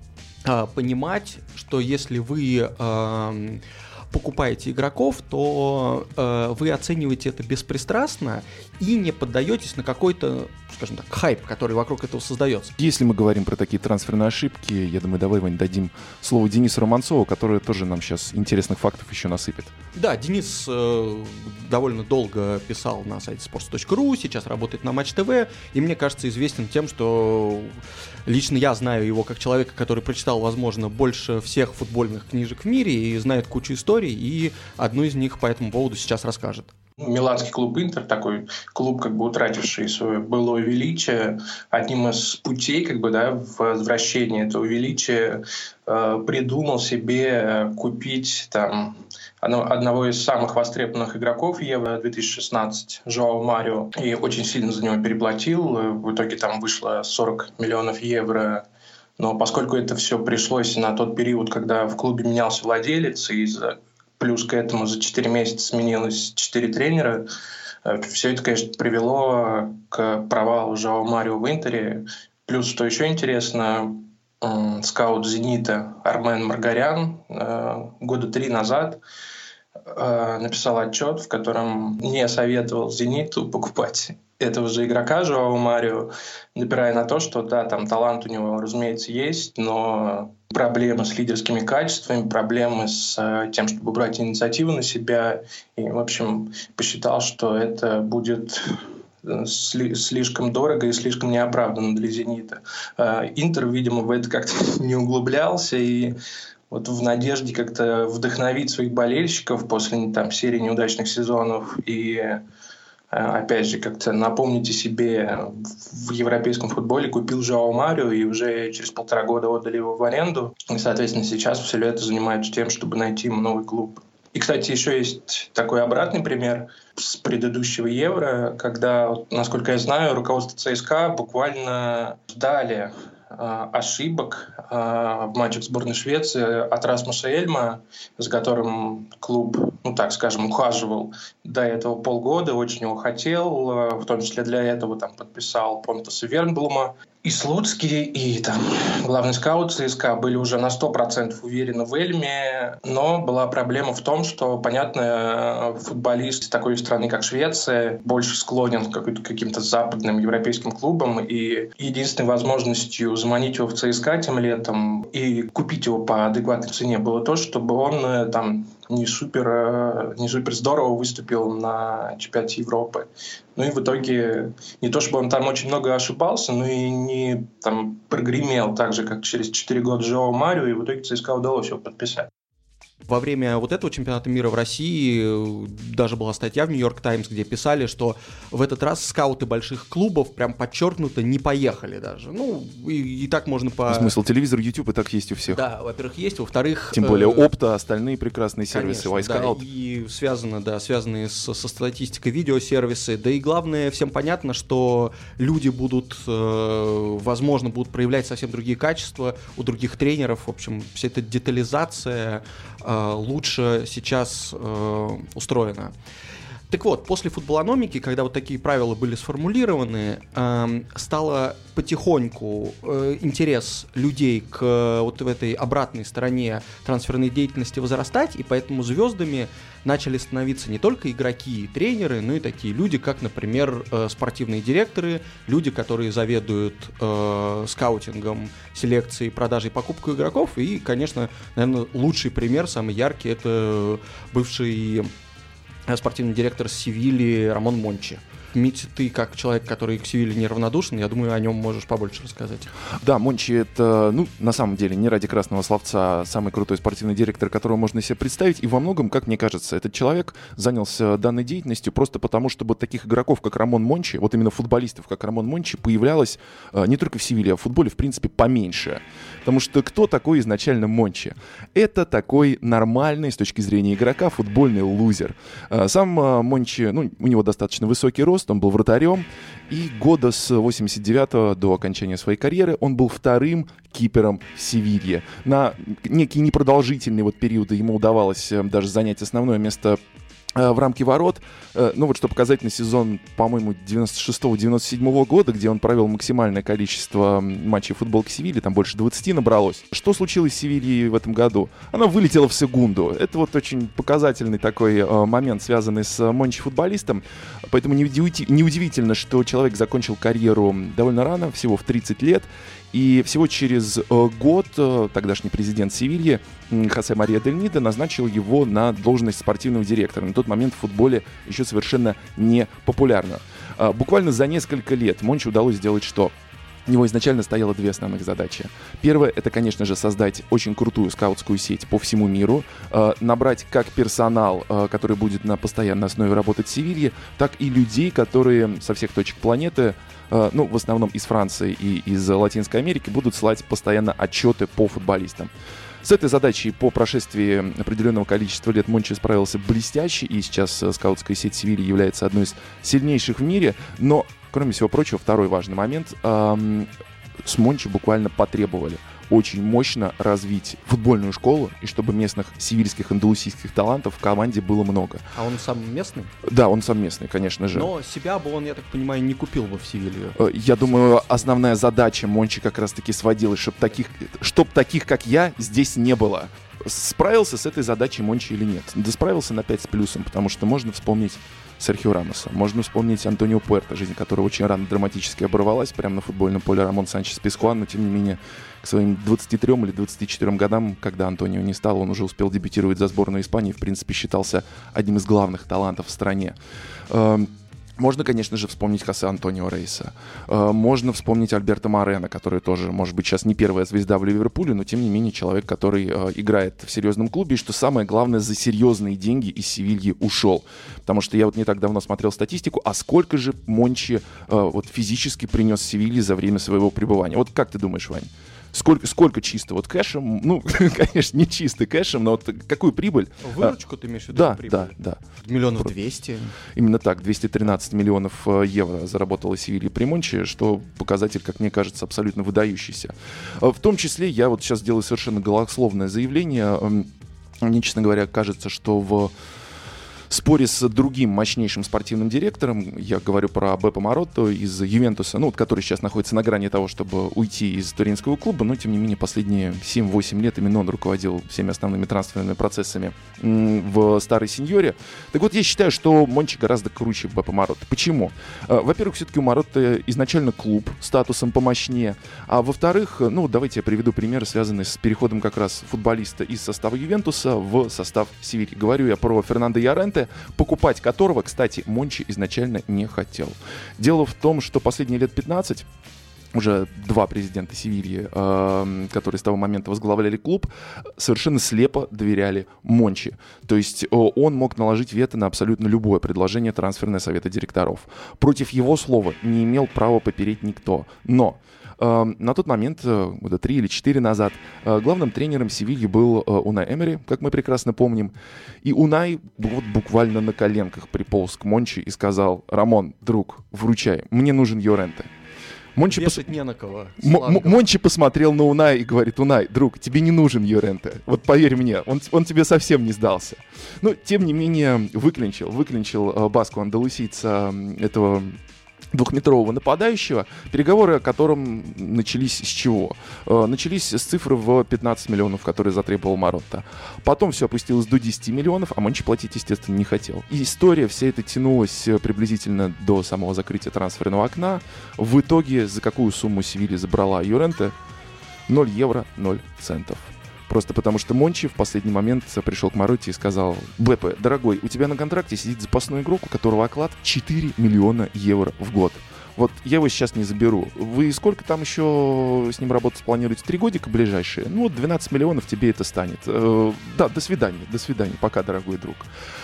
э, понимать, что если вы э, покупаете игроков, то э, вы оцениваете это беспристрастно и не поддаетесь на какой-то, скажем так, хайп, который вокруг этого создается. Если мы говорим про такие трансферные ошибки, я думаю, давай, Вань, дадим слово Денису Романцову, который тоже нам сейчас интересных фактов еще насыпет. Да, Денис э, довольно долго писал на сайте sports точка ru, сейчас работает на Матч ТВ, и мне кажется, известен тем, что лично я знаю его как человека, который прочитал, возможно, больше всех футбольных книжек в мире и знает кучу историй, и одну из них по этому поводу сейчас расскажет. Миланский клуб «Интер», такой клуб, как бы утративший свое былое величие, одним из путей, как бы, да, в возвращении этого величия э, придумал себе купить там одного из самых востребованных игроков Евро две тысячи шестнадцать, Жоао Марио, и очень сильно за него переплатил. В итоге там вышло сорок миллионов евро. Но поскольку это все пришлось на тот период, когда в клубе менялся владелец, и за плюс к этому за четыре месяца сменилось четыре тренера, все это, конечно, привело к провалу Жоао Марио в «Интере». Плюс, что еще интересно, скаут «Зенита» Армен Маргарян года три назад написал отчет, в котором не советовал «Зениту» покупать этого же игрока Жоао Марио, напирая на то, что да, там талант у него, разумеется, есть, но проблемы с лидерскими качествами, проблемы с тем, чтобы брать инициативу на себя. И, в общем, посчитал, что это будет сли- слишком дорого и слишком неоправданно для «Зенита». «Интер», видимо, в это как-то не углублялся и вот в надежде как-то вдохновить своих болельщиков после там серии неудачных сезонов и опять же, как-то напомните себе, в европейском футболе купил Жоао Марио и уже через полтора года отдали его в аренду. И, соответственно, сейчас все лето занимаются тем, чтобы найти ему новый клуб. И, кстати, еще есть такой обратный пример с предыдущего Евро, когда, насколько я знаю, руководство ЦСКА буквально ждали ошибок в матчах сборной Швеции от Расмуса Эльма, за которым клуб, ну так скажем, ухаживал до этого полгода, очень его хотел, в том числе для этого там подписал Понтаса Вернблума. И Слуцкий, и там главный скаут ЦСКА были уже на сто процентов уверены в Эльме, но была проблема в том, что, понятно, футболист из такой страны, как Швеция, больше склонен к каким-то западным европейским клубам, и единственной возможностью заманить его в ЦСКА тем летом и купить его по адекватной цене было то, чтобы он там не супер, не супер здорово выступил на чемпионате Европы. Ну и в итоге не то, чтобы он там очень много ошибался, но и не там прогремел так же, как через четыре года Жоао Марио, и в итоге ЦСКА удалось его подписать. Во время вот этого чемпионата мира в России даже была статья в Нью-Йорк Таймс, где писали, что в этот раз скауты больших клубов прям подчеркнуто не поехали даже. Ну, и, и так можно по... Смысл, телевизор, YouTube и так есть у всех. Да, во-первых, есть, во-вторых... Тем более Опта, остальные прекрасные сервисы, iScout. Да, и связано, да, связанные с, со статистикой видеосервисы. Да и главное, всем понятно, что люди будут, э, возможно, будут проявлять совсем другие качества у других тренеров. В общем, вся эта детализация лучше сейчас э, устроена. Так вот, после футболономики, когда вот такие правила были сформулированы, э, стало потихоньку э, интерес людей к э, вот в этой обратной стороне трансферной деятельности возрастать, и поэтому звездами начали становиться не только игроки и тренеры, но и такие люди, как, например, э, спортивные директоры, люди, которые заведуют э, скаутингом, селекцией, продажей, покупкой игроков. И, конечно, наверное, лучший пример, самый яркий, это бывший спортивный директор Севильи Рамон Мончи. Митя, ты как человек, который к Севилье неравнодушен, я думаю, о нем можешь побольше рассказать. Да, Мончи — это, ну, на самом деле, не ради красного словца, самый крутой спортивный директор, которого можно себе представить. И во многом, как мне кажется, этот человек занялся данной деятельностью просто потому, чтобы таких игроков, как Рамон Мончи, вот именно футболистов, как Рамон Мончи, появлялось э, не только в Севилье, а в футболе, в принципе, поменьше. Потому что кто такой изначально Мончи? Это такой нормальный, с точки зрения игрока, футбольный лузер. Э, сам э, Мончи, ну, у него достаточно высокий рост, он был вратарем, и года с восемьдесят девятого до окончания своей карьеры он был вторым кипером в Севилье. На некие непродолжительные вот периоды ему удавалось даже занять основное место в рамке ворот. Ну вот, что показательный сезон, по-моему, девяносто шестого девяносто седьмого года, где он провел максимальное количество матчей футболки Севильи, там больше двадцати набралось. Что случилось с Севильей в этом году? Она вылетела в секунду. Это вот очень показательный такой э, момент, связанный с Мончи-футболистом. Поэтому неудивительно, что человек закончил карьеру довольно рано, всего в тридцать лет. И всего через э, год э, тогдашний президент Севильи э, Хосе Мария Дель Нида назначил его на должность спортивного директора. На тот момент в футболе еще совершенно не популярно. Э, буквально за несколько лет Мончи удалось сделать что? У него изначально стояло две основных задачи. Первое — это, конечно же, создать очень крутую скаутскую сеть по всему миру, э, набрать как персонал, э, который будет на постоянной основе работать в Севилье, так и людей, которые со всех точек планеты, э, ну, в основном из Франции и из Латинской Америки, будут слать постоянно отчеты по футболистам. С этой задачей по прошествии определенного количества лет Мончи справился блестяще, и сейчас скаутская сеть Севильи является одной из сильнейших в мире, но, кроме всего прочего, второй важный момент. Эм, с Мончи буквально потребовали очень мощно развить футбольную школу, и чтобы местных севильских, андалусийских талантов в команде было много. А он сам местный? Да, он сам местный, конечно же. Но себя бы он, я так понимаю, не купил бы в Севилью. Я думаю, основная задача Мончи как раз-таки сводилась, чтобы таких, чтоб таких, как я, здесь не было. Справился с этой задачей Мончи или нет? Да справился на пять с плюсом, потому что можно вспомнить Серхио Рамоса, можно вспомнить Антонио Пуэрто, жизнь которого очень рано драматически оборвалась прямо на футбольном поле Рамон Санчес Пискуан, но тем не менее к своим двадцати трём или двадцати четырём годам, когда Антонио не стал, он уже успел дебютировать за сборную Испании, в принципе считался одним из главных талантов в стране. Можно, конечно же, вспомнить Хосе Антонио Рейса. Можно вспомнить Альберто Морено, который тоже, может быть, сейчас не первая звезда в Ливерпуле, но, тем не менее, человек, который играет в серьезном клубе, и, что самое главное, за серьезные деньги из Севильи ушел. Потому что я вот не так давно смотрел статистику, а сколько же Мончи вот, физически принес Севилье за время своего пребывания. Вот как ты думаешь, Вань? Сколько, сколько чисто вот кэшем, ну, конечно, не чисто кэшем, но вот какую прибыль? Выручку ты имеешь в виду? Да, прибыль? да, да. Миллионов двести. Именно так, двести тринадцать миллионов евро заработала Севилья при Мончи, что показатель, как мне кажется, абсолютно выдающийся. В том числе я вот сейчас делаю совершенно голословное заявление. Мне, честно говоря, кажется, что в споре с другим мощнейшим спортивным директором, я говорю про Беппе Маротто из Ювентуса, ну, вот, который сейчас находится на грани того, чтобы уйти из туринского клуба, но, тем не менее, последние семь-восемь лет именно он руководил всеми основными трансферными процессами в старой сеньоре. Так вот, я считаю, что Мончи гораздо круче Беппе Маротто. Почему? Во-первых, все-таки у Маротто изначально клуб статусом помощнее, а во-вторых, ну, давайте я приведу пример, связанный с переходом как раз футболиста из состава Ювентуса в состав Севильи. Говорю я про Фернандо Йоренте, покупать которого, кстати, Мончи изначально не хотел. Дело в том, что последние лет пятнадцать уже два президента Севильи, э, которые с того момента возглавляли клуб, совершенно слепо доверяли Мончи. То есть э, он мог наложить вето на абсолютно любое предложение трансферного совета директоров. Против его слова не имел права попереть никто. Но на тот момент, года три или четыре назад, главным тренером Севильи был Унай Эмери, как мы прекрасно помним. И Унай вот буквально на коленках приполз к Мончи и сказал: «Рамон, друг, вручай, мне нужен Йоренте». Мончи, пос... не на кого. М- Мончи посмотрел на Унай и говорит: «Унай, друг, тебе не нужен Йоренте. Вот поверь мне, он, он тебе совсем не сдался». Но, тем не менее, выклинчил, выклинчил Баску андалусийца этого двухметрового нападающего, переговоры о котором начались с чего? Э, начались с цифры в пятнадцать миллионов, которые затребовал Маротто. Потом все опустилось до десяти миллионов, а Мончи платить, естественно, не хотел. И история вся эта тянулась приблизительно до самого закрытия трансферного окна. В итоге за какую сумму Севилья забрала Йоренте? ноль евро, ноль центов. Просто потому, что Мончи в последний момент пришел к Маротти и сказал: «Беппе, дорогой, у тебя на контракте сидит запасной игрок, у которого оклад четыре миллиона евро в год. Вот я его сейчас не заберу. Вы сколько там еще с ним работать планируете? Три годика ближайшие? Ну, вот двенадцать миллионов тебе это станет. Э, да, до свидания, до свидания. Пока, дорогой друг».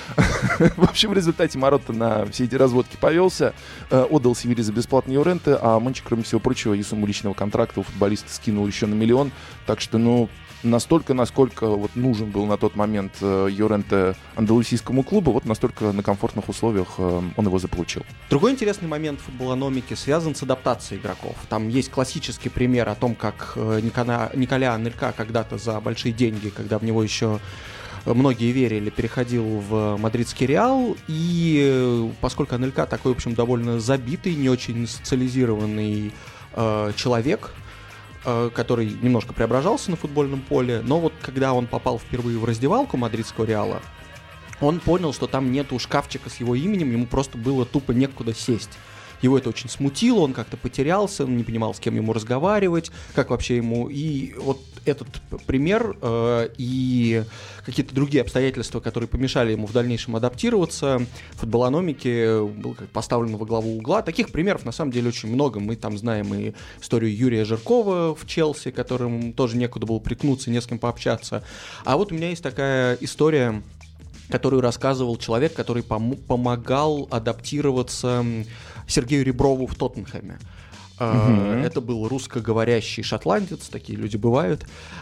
В общем, в результате Маротто на все эти разводки повелся, отдал Севилье за бесплатный Йоренте, а Мончи, кроме всего прочего, и сумму личного контракта у футболиста скинул еще на миллион. Так что, ну, настолько, насколько вот нужен был на тот момент Йоренте андалусийскому клубу, вот настолько на комфортных условиях он его заполучил. Другой интересный момент футболономики связан с адаптацией игроков. Там есть классический пример о том, как Николя, Николя Анелька когда-то за большие деньги, когда в него еще многие верили, переходил в мадридский Реал, и поскольку Анелька такой, в общем, довольно забитый, не очень социализированный э, человек, который немножко преображался на футбольном поле, но вот когда он попал впервые в раздевалку мадридского Реала, он понял, что там нету шкафчика с его именем, ему просто было тупо некуда сесть. Его это очень смутило, он как-то потерялся, он не понимал, с кем ему разговаривать, как вообще ему... И вот этот пример э, и какие-то другие обстоятельства, которые помешали ему в дальнейшем адаптироваться, футболономики был поставлен во главу угла. Таких примеров, на самом деле, очень много. Мы там знаем и историю Юрия Жиркова в Челси, которым тоже некуда было приткнуться, не с кем пообщаться. А вот у меня есть такая история, которую рассказывал человек, который пом- помогал адаптироваться Сергею Реброву в Тоттенхэме. Uh-huh. Это был русскоговорящий шотландец, такие люди бывают.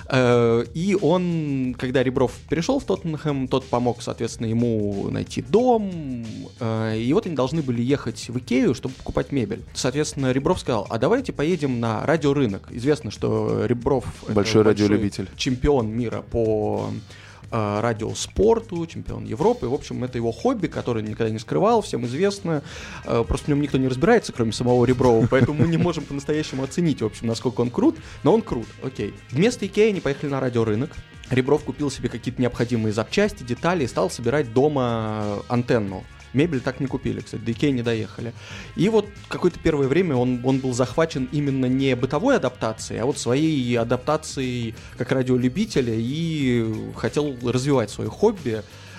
И он, когда Ребров перешел в Тоттенхэм, тот помог, соответственно, ему найти дом. И вот они должны были ехать в Икею, чтобы покупать мебель. Соответственно, Ребров сказал: а давайте поедем на радиорынок. Известно, что Ребров большой радиолюбитель, чемпион мира по радиоспорту, чемпион Европы. В общем, это его хобби, которое он никогда не скрывал, всем известно. Просто в нем никто не разбирается, кроме самого Реброва, поэтому мы не можем по-настоящему оценить, в общем, насколько он крут, но он крут, окей. Вместо Икеи они поехали на радиорынок. Ребров купил себе какие-то необходимые запчасти, детали и стал собирать дома антенну. Мебель так не купили, кстати, до Икеи не доехали. И вот какое-то первое время он, он был захвачен именно не бытовой адаптацией, а вот своей адаптацией как радиолюбителя и хотел развивать свое хобби.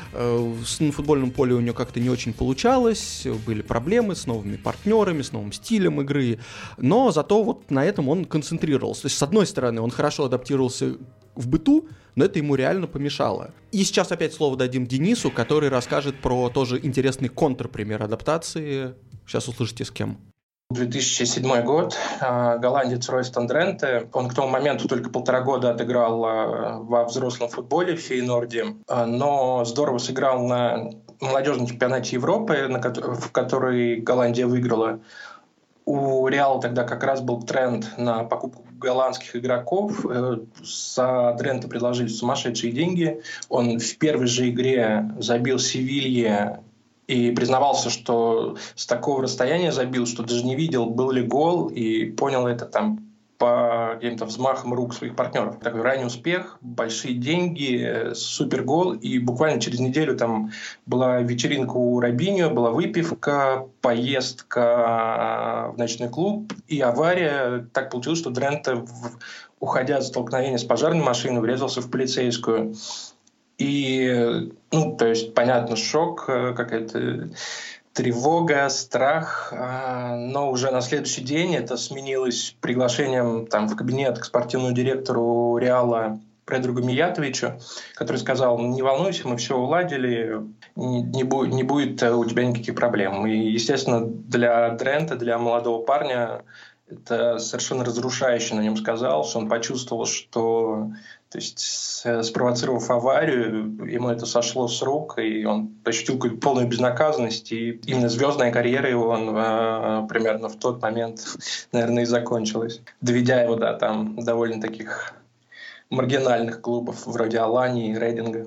На футбольном поле у него как-то не очень получалось, были проблемы с новыми партнерами, с новым стилем игры, но зато вот на этом он концентрировался. То есть, с одной стороны, он хорошо адаптировался в быту, но это ему реально помешало. И сейчас опять слово дадим Денису, который расскажет про тоже интересный контрпример адаптации. Сейчас услышите с кем. две тысячи седьмой год, голландец Ройстон Дренте, он к тому моменту только полтора года отыграл во взрослом футболе в Фейнорде, но здорово сыграл на молодежном чемпионате Европы, в который Голландия выиграла. У Реала тогда как раз был тренд на покупку голландских игроков. За Дренте предложили сумасшедшие деньги. Он в первой же игре забил Севилье и признавался, что с такого расстояния забил, что даже не видел, был ли гол, и понял это там по каким-то взмахам рук своих партнеров. Такой ранний успех, большие деньги, супергол, и буквально через неделю там была вечеринка у Робиньо, была выпивка, поездка в ночной клуб и авария. Так получилось, что Дренте, уходя от столкновения с пожарной машиной, врезался в полицейскую. И, ну, то есть, понятно, шок, какая-то тревога, страх, но уже на следующий день это сменилось приглашением там, в кабинет к спортивному директору Реала Предрагу Миятовичу, который сказал: не волнуйся, мы все уладили, не, не, будет, не будет у тебя никаких проблем. И, естественно, для Дренте, для молодого парня, это совершенно разрушающе на нем сказалось. Он почувствовал, что, то есть, спровоцировав аварию, ему это сошло с рук, и он ощутил какую-то полную безнаказанность. И именно звездная карьера его он, э, примерно в тот момент, наверное, и закончилась, доведя его до там довольно таких маргинальных клубов, вроде Алании и Рейдинга.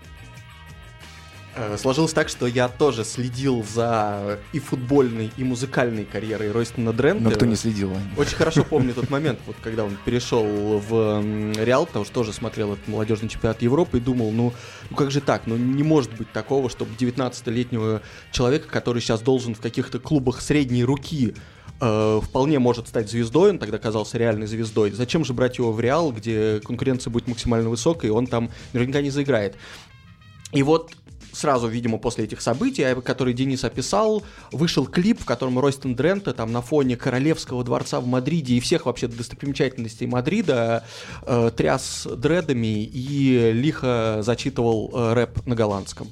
Сложилось так, что я тоже следил за и футбольной, и музыкальной карьерой Ройстона Дренте. Но кто не следил, Ваня? Очень хорошо помню тот момент, вот когда он перешел в Реал, потому что тоже смотрел этот молодежный чемпионат Европы и думал, ну, ну как же так, ну не может быть такого, чтобы девятнадцатилетнего человека, который сейчас должен в каких-то клубах средней руки э, вполне может стать звездой, он тогда казался реальной звездой. Зачем же брать его в Реал, где конкуренция будет максимально высокой, и он там наверняка не заиграет. И вот сразу, видимо, после этих событий, которые Денис описал, вышел клип, в котором Ройстон Дренте там на фоне Королевского дворца в Мадриде и всех вообще достопримечательностей Мадрида э, тряс дредами и лихо зачитывал э, рэп на голландском.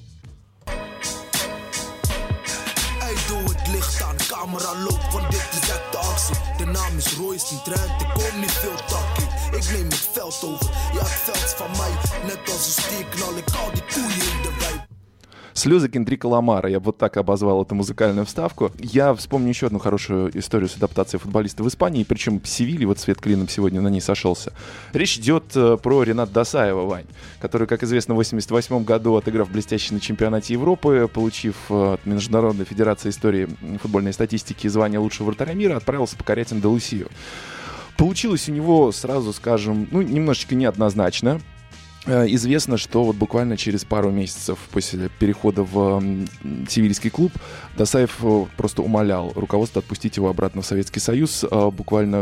Слезы Кендрика Ламара, я бы вот так обозвал эту музыкальную вставку. Я вспомню еще одну хорошую историю с адаптацией футболиста в Испании, причем Севильи, вот свет клином сегодня на ней сошелся. Речь идет про Рената Досаева, Вань, который, как известно, в восемьдесят восьмом году, отыграв блестяще на чемпионате Европы, получив от Международной Федерации истории футбольной статистики звание лучшего вратаря мира, отправился покорять Андалусию. Получилось у него, сразу скажем, ну, немножечко неоднозначно. Известно, что вот буквально через пару месяцев после перехода в севильский клуб Досаев просто умолял руководство отпустить его обратно в Советский Союз. Буквально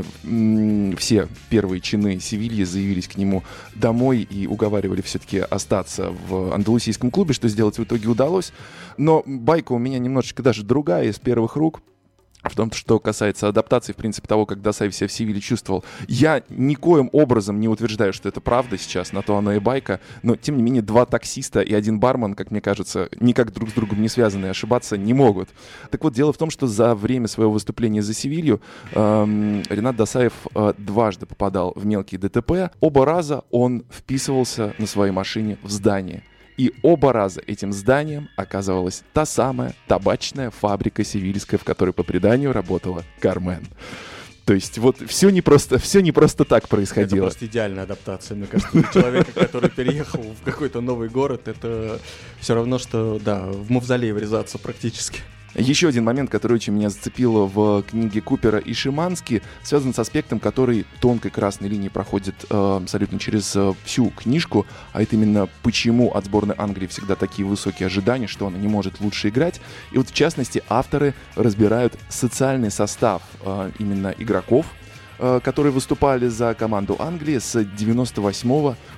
все первые чины Севильи заявились к нему домой и уговаривали все-таки остаться в андалусийском клубе, что сделать в итоге удалось. Но байка у меня немножечко даже другая, из первых рук. В том, что касается адаптации, в принципе, того, как Досаев себя в Севилье чувствовал. Я никоим образом не утверждаю, что это правда сейчас, на то оно и байка, но, тем не менее, два таксиста и один бармен, как мне кажется, никак друг с другом не связаны, ошибаться не могут. Так вот, дело в том, что за время своего выступления за Севилью эм, Ренат Досаев э, дважды попадал в мелкие ДТП. Оба раза он вписывался на своей машине в здание. И оба раза этим зданием оказывалась та самая табачная фабрика севильская, в которой по преданию работала Кармен. То есть вот все не просто, все не просто так происходило. Это просто идеальная адаптация, мне кажется, для человека, который переехал в какой-то новый город, это все равно, что, да, в мавзолей врезаться практически. Еще один момент, который очень меня зацепило в книге Купера и Шимански, связан с аспектом, который тонкой красной линией проходит э, абсолютно через э, всю книжку, а это именно почему от сборной Англии всегда такие высокие ожидания, что она не может лучше играть. И вот в частности авторы разбирают социальный состав э, именно игроков, которые выступали за команду Англии с девяносто восьмого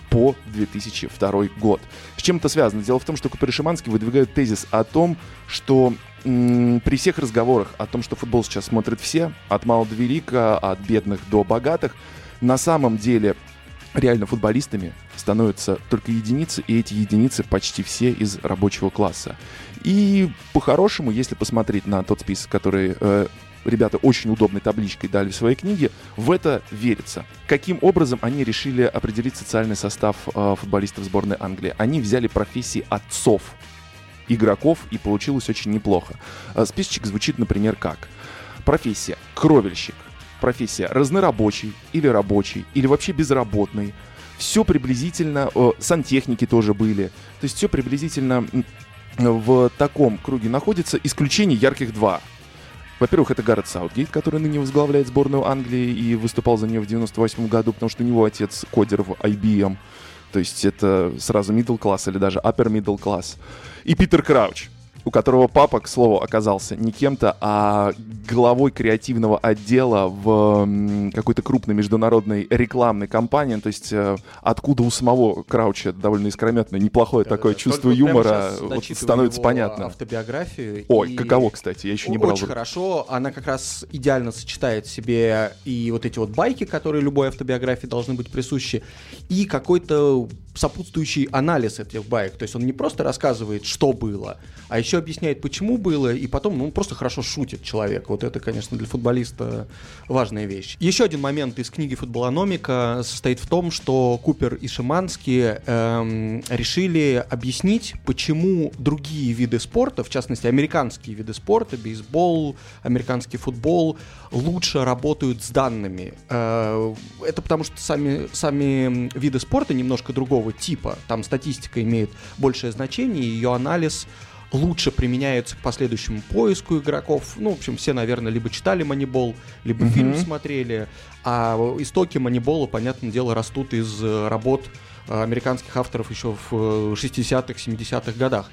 по две тысячи второй год. С чем это связано? Дело в том, что Купер и Шиманский выдвигают тезис о том, что м- при всех разговорах о том, что футбол сейчас смотрят все, от мала до велика, от бедных до богатых, на самом деле реально футболистами становятся только единицы, и эти единицы почти все из рабочего класса. И по-хорошему, если посмотреть на тот список, который э, ребята очень удобной табличкой дали в своей книге, в это верится. Каким образом они решили определить социальный состав э, футболистов сборной Англии? Они взяли профессии отцов игроков, и получилось очень неплохо. Э, списочек звучит, например, как: профессия кровельщик, профессия разнорабочий или рабочий, или вообще безработный. Все приблизительно, э, сантехники тоже были. То есть все приблизительно в таком круге находится. Исключений ярких два. Во-первых, это Гаррет Саутгейт, который ныне возглавляет сборную Англии и выступал за нее в девяносто восьмом году, потому что у него отец кодер в ай би эм. То есть это сразу middle class или даже upper middle class. И Питер Крауч, у которого папа, к слову, оказался не кем-то, а главой креативного отдела в м, какой-то крупной международной рекламной кампании. То есть э, откуда у самого Крауча довольно искрометное, неплохое да, такое да, чувство юмора вот, становится понятно. Автобиографию. Ой, каково, кстати, я еще не брал. Очень хорошо, она как раз идеально сочетает в себе и вот эти вот байки, которые любой автобиографии должны быть присущи, и какой-то сопутствующий анализ этих баек. То есть он не просто рассказывает, что было, а еще объясняет, почему было, и потом ну, просто хорошо шутит человек. Вот это, конечно, для футболиста важная вещь. Еще один момент из книги «Футболономика» состоит в том, что Купер и Шиманский эм, решили объяснить, почему другие виды спорта, в частности, американские виды спорта, бейсбол, американский футбол, лучше работают с данными. Э, это потому, что сами, сами виды спорта немножко другого типа. Там статистика имеет большее значение, и ее анализ лучше применяются к последующему поиску игроков. Ну, в общем, все, наверное, либо читали «Манибол», либо mm-hmm. фильм смотрели. А истоки «Манибола», понятное дело, растут из работ американских авторов еще в шестидесятых, семидесятых годах.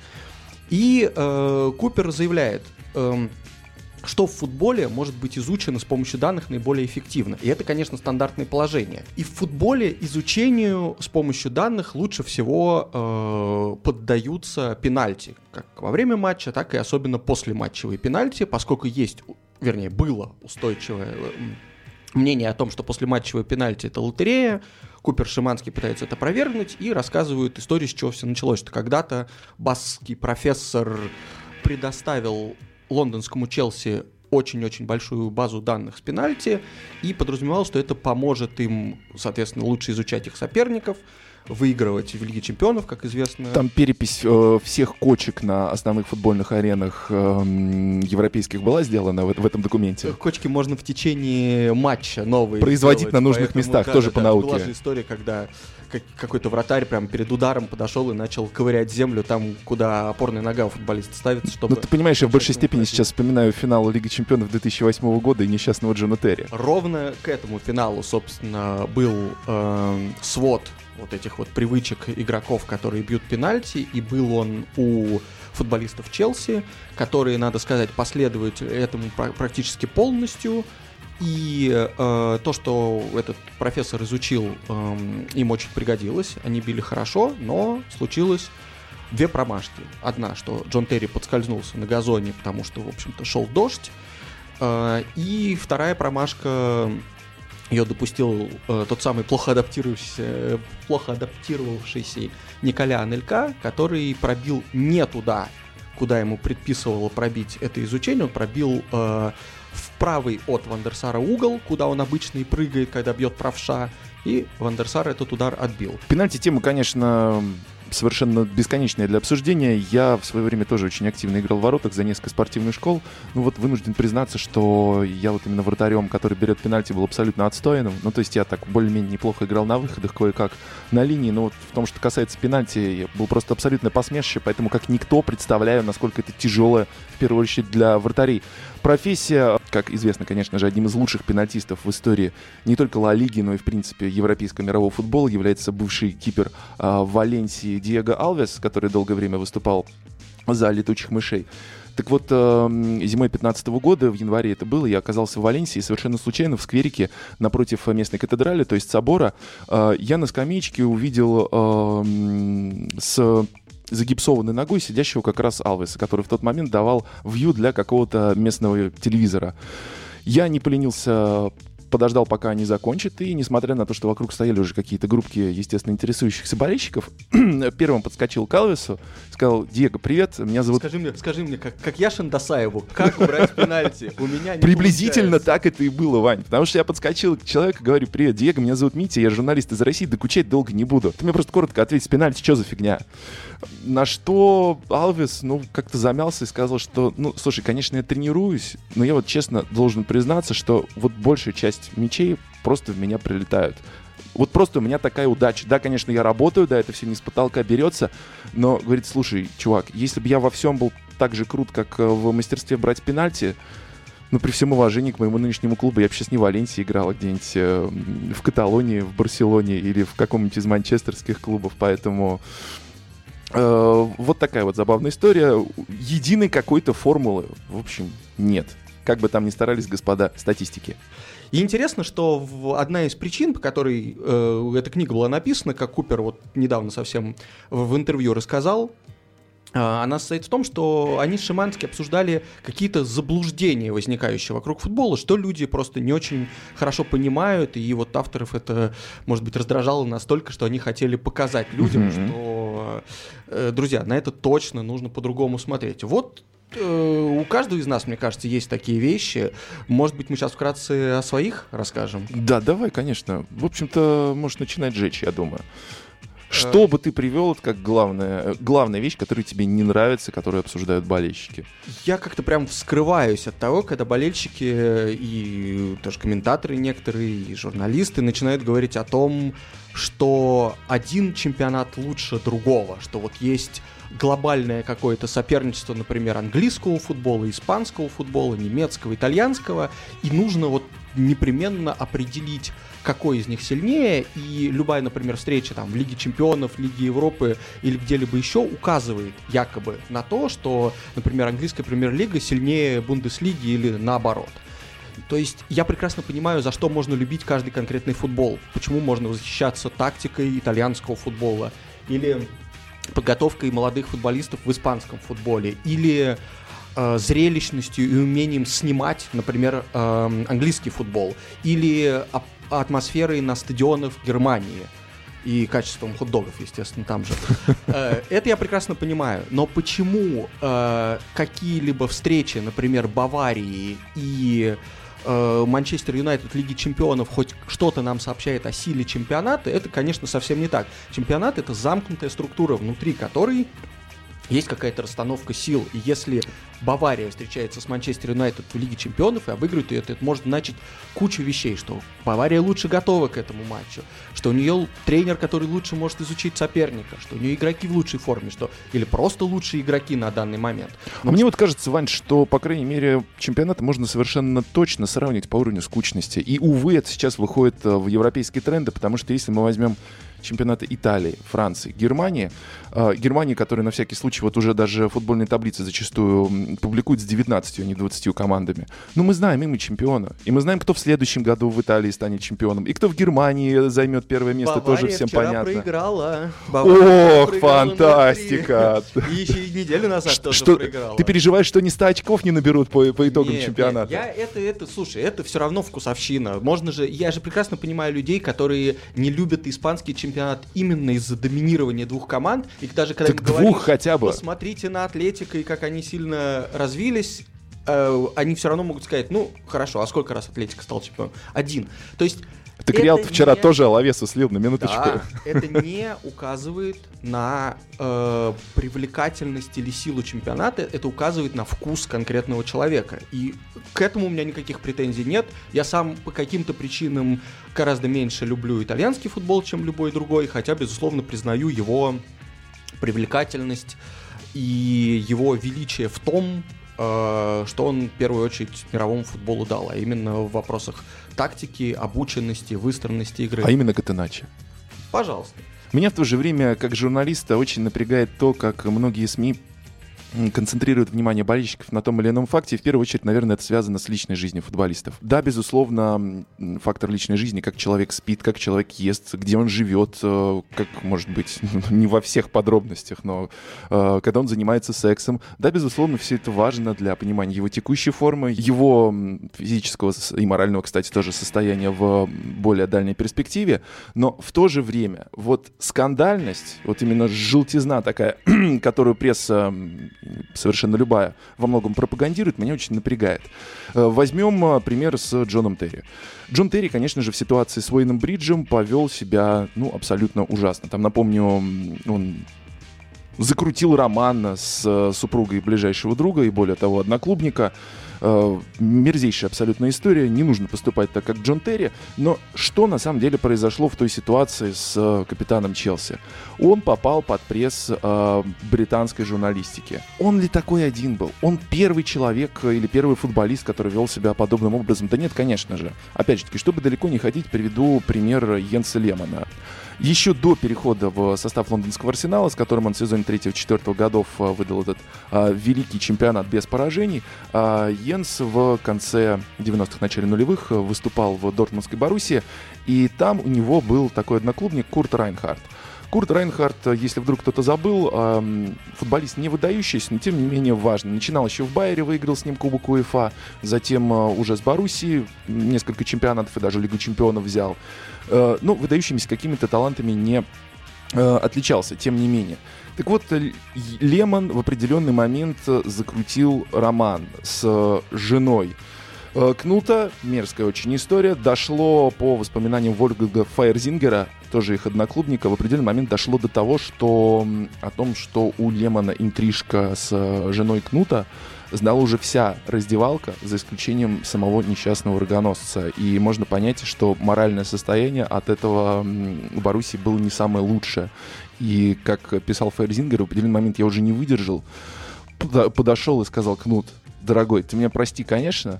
И э, Купер заявляет, э, что в футболе может быть изучено с помощью данных наиболее эффективно. И это, конечно, стандартное положение. И в футболе изучению с помощью данных лучше всего э, поддаются пенальти. Как во время матча, так и особенно послематчевые пенальти, поскольку есть, вернее, было устойчивое э, мнение о том, что послематчевые пенальти — это лотерея. Купер Шиманский пытается это опровергнуть и рассказывают историю, с чего все началось. Что когда-то баскский профессор предоставил лондонскому Челси очень-очень большую базу данных с пенальти и подразумевал, что это поможет им, соответственно, лучше изучать их соперников, выигрывать в Лиге Чемпионов, как известно. Там перепись э, всех кочек на основных футбольных аренах э, европейских была сделана в, в этом документе. Кочки можно в течение матча новые производить сделать, на нужных поэтому, местах, да, тоже да, по да, науке. Была же история, когда какой-то вратарь прям перед ударом подошел и начал ковырять землю там, куда опорная нога у футболиста ставится, чтобы... Ну, ты понимаешь, я в большей степени пройти. Сейчас вспоминаю финал Лиги Чемпионов две тысячи восьмого года и несчастного Джона Терри. Ровно к этому финалу, собственно, был э, свод вот этих вот привычек игроков, которые бьют пенальти, и был он у футболистов Челси, которые, надо сказать, последуют этому практически полностью. И э, то, что этот профессор изучил, э, им очень пригодилось. Они били хорошо, но случилось две промашки. Одна, что Джон Терри подскользнулся на газоне, потому что, в общем-то, шел дождь. Э, и вторая промашка, ее допустил э, тот самый плохо адаптировавшийся, плохо адаптировавшийся Николя Анелька, который пробил не туда, куда ему предписывало пробить это изучение. Он пробил... Э, в правый от Ван дер Сара угол, куда он обычно и прыгает, когда бьет правша, и Ван дер Сар этот удар отбил. Пенальти тема, конечно, совершенно бесконечная для обсуждения. Я в свое время тоже очень активно играл в воротах за несколько спортивных школ. Ну вот вынужден признаться, что я вот именно вратарем, который берет пенальти, был абсолютно отстойным. Ну то есть я так более-менее неплохо играл на выходах, кое-как на линии. Но вот в том, что касается пенальти, я был просто абсолютное посмешище, поэтому как никто представляю, насколько это тяжелое, в первую очередь, для вратарей. Профессия, как известно, конечно же, одним из лучших пенальтистов в истории не только Ла Лиги, но и, в принципе, европейского мирового футбола является бывший кипер э, Валенсии Диего Алвес, который долгое время выступал за летучих мышей. Так вот, э, зимой пятнадцатого года, в январе это было, я оказался в Валенсии, совершенно случайно в скверике напротив местной кафедрали, то есть собора, э, я на скамеечке увидел э, с загипсованной ногой сидящего как раз Алвеса, который в тот момент давал вью для какого-то местного телевизора. Я не поленился, подождал, пока они закончат, и, несмотря на то, что вокруг стояли уже какие-то группки, естественно, интересующихся болельщиков, первым подскочил к Алвесу, сказал: «Диего, привет, меня зовут...» Скажи мне, скажи мне, как, как Яшин Досаеву, как убрать пенальти? У меня не Приблизительно получается. так это и было, Вань. Потому что я подскочил к человеку, говорю: «Привет, Диего, меня зовут Митя, я журналист из России, докучать долго не буду. Ты мне просто коротко ответь, с пенальти что за фигня?» На что Алвес, ну, как-то замялся и сказал, что, ну, слушай, конечно, я тренируюсь, но я вот честно должен признаться, что вот большая часть мячей просто в меня прилетают. Вот просто у меня такая удача. Да, конечно, я работаю, да, это все не с потолка берется, но, говорит, слушай, чувак, если бы я во всем был так же крут, как в мастерстве брать пенальти, ну, при всем уважении к моему нынешнему клубу, я бы сейчас не в Валенсии играл, а где-нибудь э, в Каталонии, в Барселоне или в каком-нибудь из манчестерских клубов, поэтому... Э, вот такая вот забавная история. Единой какой-то формулы, в общем, нет. Как бы там ни старались господа статистики. И интересно, что в, одна из причин, по которой э, эта книга была написана, как Купер вот недавно совсем в, в интервью рассказал, э, она состоит в том, что они с Шимански обсуждали какие-то заблуждения, возникающие вокруг футбола, что люди просто не очень хорошо понимают, и вот авторов это, может быть, раздражало настолько, что они хотели показать людям, mm-hmm. что, э, друзья, на это точно нужно по-другому смотреть. Вот у каждого из нас, мне кажется, есть такие вещи. Может быть, мы сейчас вкратце о своих расскажем? Да, давай, конечно. В общем-то, можешь начинать жечь, я думаю. Что бы ты привел как главная, главная вещь, которая тебе не нравится, которую обсуждают болельщики? Я как-то прям вскрываюсь от того, когда болельщики и тоже комментаторы некоторые, и журналисты начинают говорить о том, что один чемпионат лучше другого, что вот есть глобальное какое-то соперничество, например, английского футбола, испанского футбола, немецкого, итальянского, и нужно вот непременно определить, какой из них сильнее, и любая, например, встреча там в Лиге Чемпионов, Лиге Европы или где-либо еще указывает якобы на то, что, например, английская премьер-лига сильнее Бундеслиги или наоборот. То есть я прекрасно понимаю, за что можно любить каждый конкретный футбол, почему можно восхищаться тактикой итальянского футбола или подготовкой молодых футболистов в испанском футболе, или э, зрелищностью и умением снимать, например, э, английский футбол, или а- атмосферой на стадионах Германии и качеством хот-догов, естественно, там же. Э, это я прекрасно понимаю, но почему э, какие-либо встречи, например, Баварии и Манчестер Юнайтед Лиги Чемпионов хоть что-то нам сообщает о силе чемпионата, это, конечно, совсем не так. Чемпионат — это замкнутая структура, внутри которой есть какая-то расстановка сил. И если Бавария встречается с Манчестер Юнайтед в Лиге Чемпионов и обыгрывает ее, то это может значить кучу вещей, что Бавария лучше готова к этому матчу, что у нее тренер, который лучше может изучить соперника, что у нее игроки в лучшей форме, что или просто лучшие игроки на данный момент. Но мне вот кажется, Вань, что, по крайней мере, чемпионаты можно совершенно точно сравнивать по уровню скучности. И, увы, это сейчас выходит в европейские тренды, потому что если мы возьмем чемпионаты Италии, Франции, Германии. Э, Германия, которая на всякий случай вот уже даже футбольные таблицы зачастую публикует с девятнадцатью, а не двадцатью командами. Но мы знаем им и чемпиона. И мы знаем, кто в следующем году в Италии станет чемпионом. И кто в Германии займет первое место, Бавария тоже всем вчера понятно. проиграла. Бавария Ох, фантастика! И еще и неделю назад что, тоже что, проиграла. Ты переживаешь, что ни ста очков не наберут по, по итогам нет, чемпионата? Нет, я это, это, слушай, это все равно вкусовщина. Можно же, я же прекрасно понимаю людей, которые не любят испанский чемпионат именно из-за доминирования двух команд. И даже когда так им двух говоришь, хотя бы. Посмотрите на Атлетико и как они сильно развились, э, они все равно могут сказать, ну, хорошо, а сколько раз Атлетико стал чемпионом? Один. То есть Так Реал вчера не... тоже Алавесу слил, на минуточку. Да, это не указывает на э, привлекательность или силу чемпионата, это указывает на вкус конкретного человека. И к этому у меня никаких претензий нет. Я сам по каким-то причинам гораздо меньше люблю итальянский футбол, чем любой другой, хотя, безусловно, признаю его привлекательность и его величие в том, что он в первую очередь мировому футболу дал, а именно в вопросах тактики, обученности, выстроенности игры. А именно Катеначчо. Пожалуйста. Меня в то же время, как журналиста, очень напрягает то, как многие СМИ концентрирует внимание болельщиков на том или ином факте. В первую очередь, наверное, это связано с личной жизнью футболистов. Да, безусловно, фактор личной жизни, как человек спит, как человек ест, где он живет, как, может быть, не во всех подробностях, но когда он занимается сексом. Да, безусловно, все это важно для понимания его текущей формы, его физического и морального, кстати, тоже состояния в более дальней перспективе. Но в то же время вот скандальность, вот именно желтизна такая, которую пресса совершенно любая, во многом пропагандирует, меня очень напрягает. Возьмем пример с Джоном Терри. Джон Терри, конечно же, в ситуации с Уэйном Бриджем повел себя, ну, абсолютно ужасно. Там, напомню, он закрутил роман с супругой ближайшего друга и, более того, одноклубника. Мерзейшая абсолютная история, не нужно поступать так, как Джон Терри. Но что на самом деле произошло в той ситуации с капитаном Челси? Он попал под пресс э, британской журналистики. Он ли такой один был? Он первый человек или первый футболист, который вел себя подобным образом? Да нет, конечно же. Опять же таки, чтобы далеко не ходить, приведу пример Йенса Лемана. Еще до перехода в состав лондонского Арсенала, с которым он в сезоне третьего-четвёртого годов выдал этот а, великий чемпионат без поражений, а, Йенс в конце девяностых, начале нулевых выступал в Дортмундской Боруссии, и там у него был такой одноклубник Курт Райнхард. Курт Райнхард, если вдруг кто-то забыл, футболист не выдающийся, но тем не менее важный. Начинал еще в Байере, выиграл с ним Кубок УЕФА, затем уже с Боруссией несколько чемпионатов и даже Лигу чемпионов взял. Но выдающимися какими-то талантами не отличался, тем не менее. Так вот, Леман в определенный момент закрутил роман с женой Кнута, мерзкая очень история. Дошло, по воспоминаниям Вольфганга Файерзингера, тоже их одноклубника, в определенный момент дошло до того, что о том, что у Лемана интрижка с женой Кнута, знала уже вся раздевалка, за исключением самого несчастного рогоносца. И можно понять, что моральное состояние от этого у Боруссии было не самое лучшее. И, как писал Файерзингер, в определенный момент я уже не выдержал, подошел и сказал: Кнут, дорогой, ты меня прости, конечно,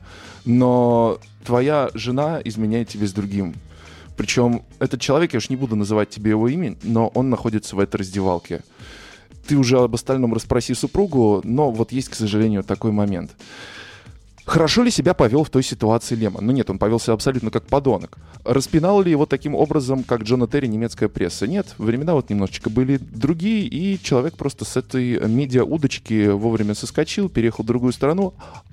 но твоя жена изменяет тебе с другим. Причем этот человек, я уж не буду называть тебе его имя, но он находится в этой раздевалке. Ты уже об остальном расспроси супругу, но вот есть, к сожалению, такой момент. Хорошо ли себя повел в той ситуации Леман? Ну нет, он повел себя абсолютно как подонок. Распинала ли его таким образом, как Джона Терри, немецкая пресса? Нет, времена вот немножечко были другие, и человек просто с этой медиа-удочки вовремя соскочил, переехал в другую страну,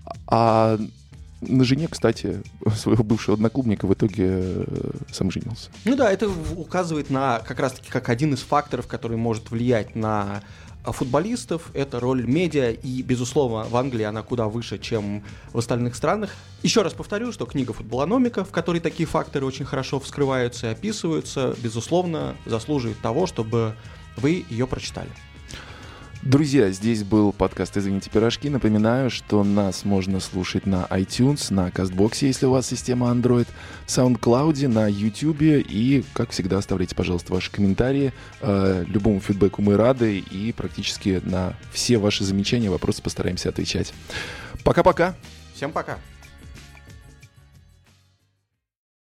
а на жене, кстати, своего бывшего одноклубника в итоге сам женился. Ну да, это указывает на как раз-таки как один из факторов, который может влиять на футболистов, это роль медиа, и, безусловно, в Англии она куда выше, чем в остальных странах. Еще раз повторю, что книга «Футболономика», в которой такие факторы очень хорошо вскрываются и описываются, безусловно, заслуживает того, чтобы вы ее прочитали. Друзья, здесь был подкаст «Извините, пирожки». Напоминаю, что нас можно слушать на iTunes, на Кастбоксе, если у вас система Android, в SoundCloud, на YouTube. И, как всегда, оставляйте, пожалуйста, ваши комментарии. Э, любому фидбэку мы рады. И практически на все ваши замечания, вопросы постараемся отвечать. Пока-пока. Всем пока.